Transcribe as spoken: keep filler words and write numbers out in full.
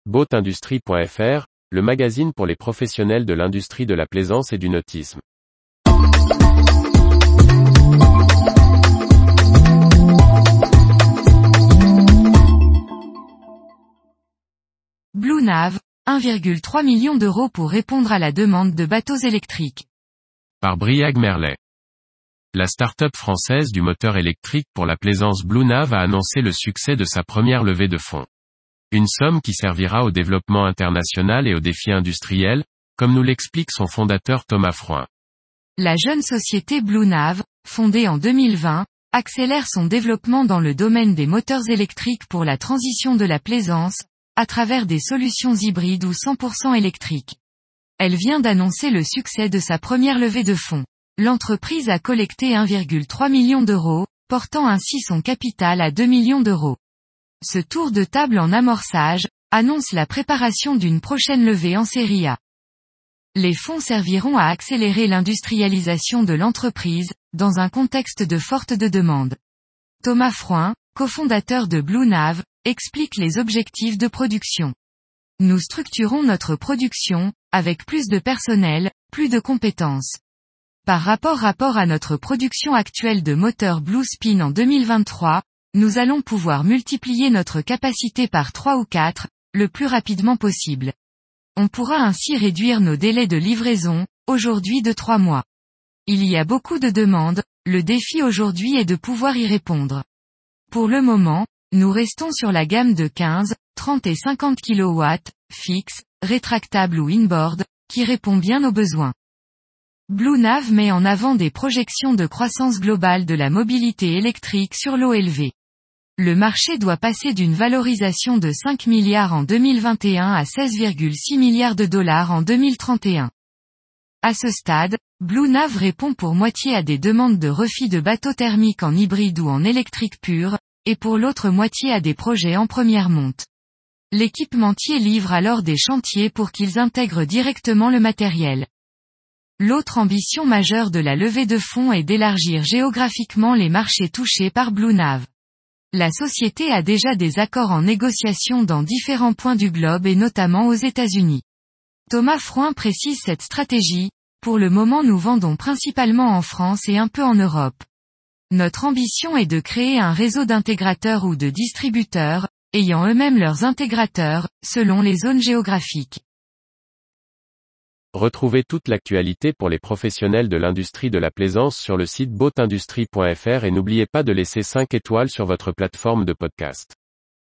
boat industry point f r, le magazine pour les professionnels de l'industrie de la plaisance et du nautisme. Blue Nav, un virgule trois million d'euros pour répondre à la demande de bateaux électriques. Par Briag Merlet. La start-up française du moteur électrique pour la plaisance Blue Nav a annoncé le succès de sa première levée de fonds. Une somme qui servira au développement international et aux défis industriels, comme nous l'explique son fondateur Thomas Frouin. La jeune société Blue Nav, fondée en deux mille vingt, accélère son développement dans le domaine des moteurs électriques pour la transition de la plaisance, à travers des solutions hybrides ou cent pour cent électriques. Elle vient d'annoncer le succès de sa première levée de fonds. L'entreprise a collecté un virgule trois million d'euros, portant ainsi son capital à deux millions d'euros. Ce tour de table en amorçage annonce la préparation d'une prochaine levée en série A. Les fonds serviront à accélérer l'industrialisation de l'entreprise, dans un contexte de forte de demande. Thomas Frouin, cofondateur de Blue Nav, explique les objectifs de production. Nous structurons notre production, avec plus de personnel, plus de compétences. Par rapport rapport à notre production actuelle de moteurs Blue Spin en deux mille vingt-trois, nous allons pouvoir multiplier notre capacité par trois ou quatre, le plus rapidement possible. On pourra ainsi réduire nos délais de livraison, aujourd'hui de trois mois. Il y a beaucoup de demandes, le défi aujourd'hui est de pouvoir y répondre. Pour le moment, nous restons sur la gamme de quinze, trente et cinquante kilowatts, fixe, rétractable ou inboard, qui répond bien aux besoins. Blue Nav met en avant des projections de croissance globale de la mobilité électrique sur l'eau élevée. Le marché doit passer d'une valorisation de cinq milliards en deux mille vingt et un à seize virgule six milliards de dollars en deux mille trente et un. À ce stade, Blue Nav répond pour moitié à des demandes de refit de bateaux thermiques en hybride ou en électrique pure, et pour l'autre moitié à des projets en première monte. L'équipementier livre alors des chantiers pour qu'ils intègrent directement le matériel. L'autre ambition majeure de la levée de fonds est d'élargir géographiquement les marchés touchés par Blue Nav. La société a déjà des accords en négociation dans différents points du globe et notamment aux États-Unis. Thomas Frouin précise cette stratégie: pour le moment nous vendons principalement en France et un peu en Europe. Notre ambition est de créer un réseau d'intégrateurs ou de distributeurs, ayant eux-mêmes leurs intégrateurs, selon les zones géographiques. Retrouvez toute l'actualité pour les professionnels de l'industrie de la plaisance sur le site boat industry point f r et n'oubliez pas de laisser cinq étoiles sur votre plateforme de podcast.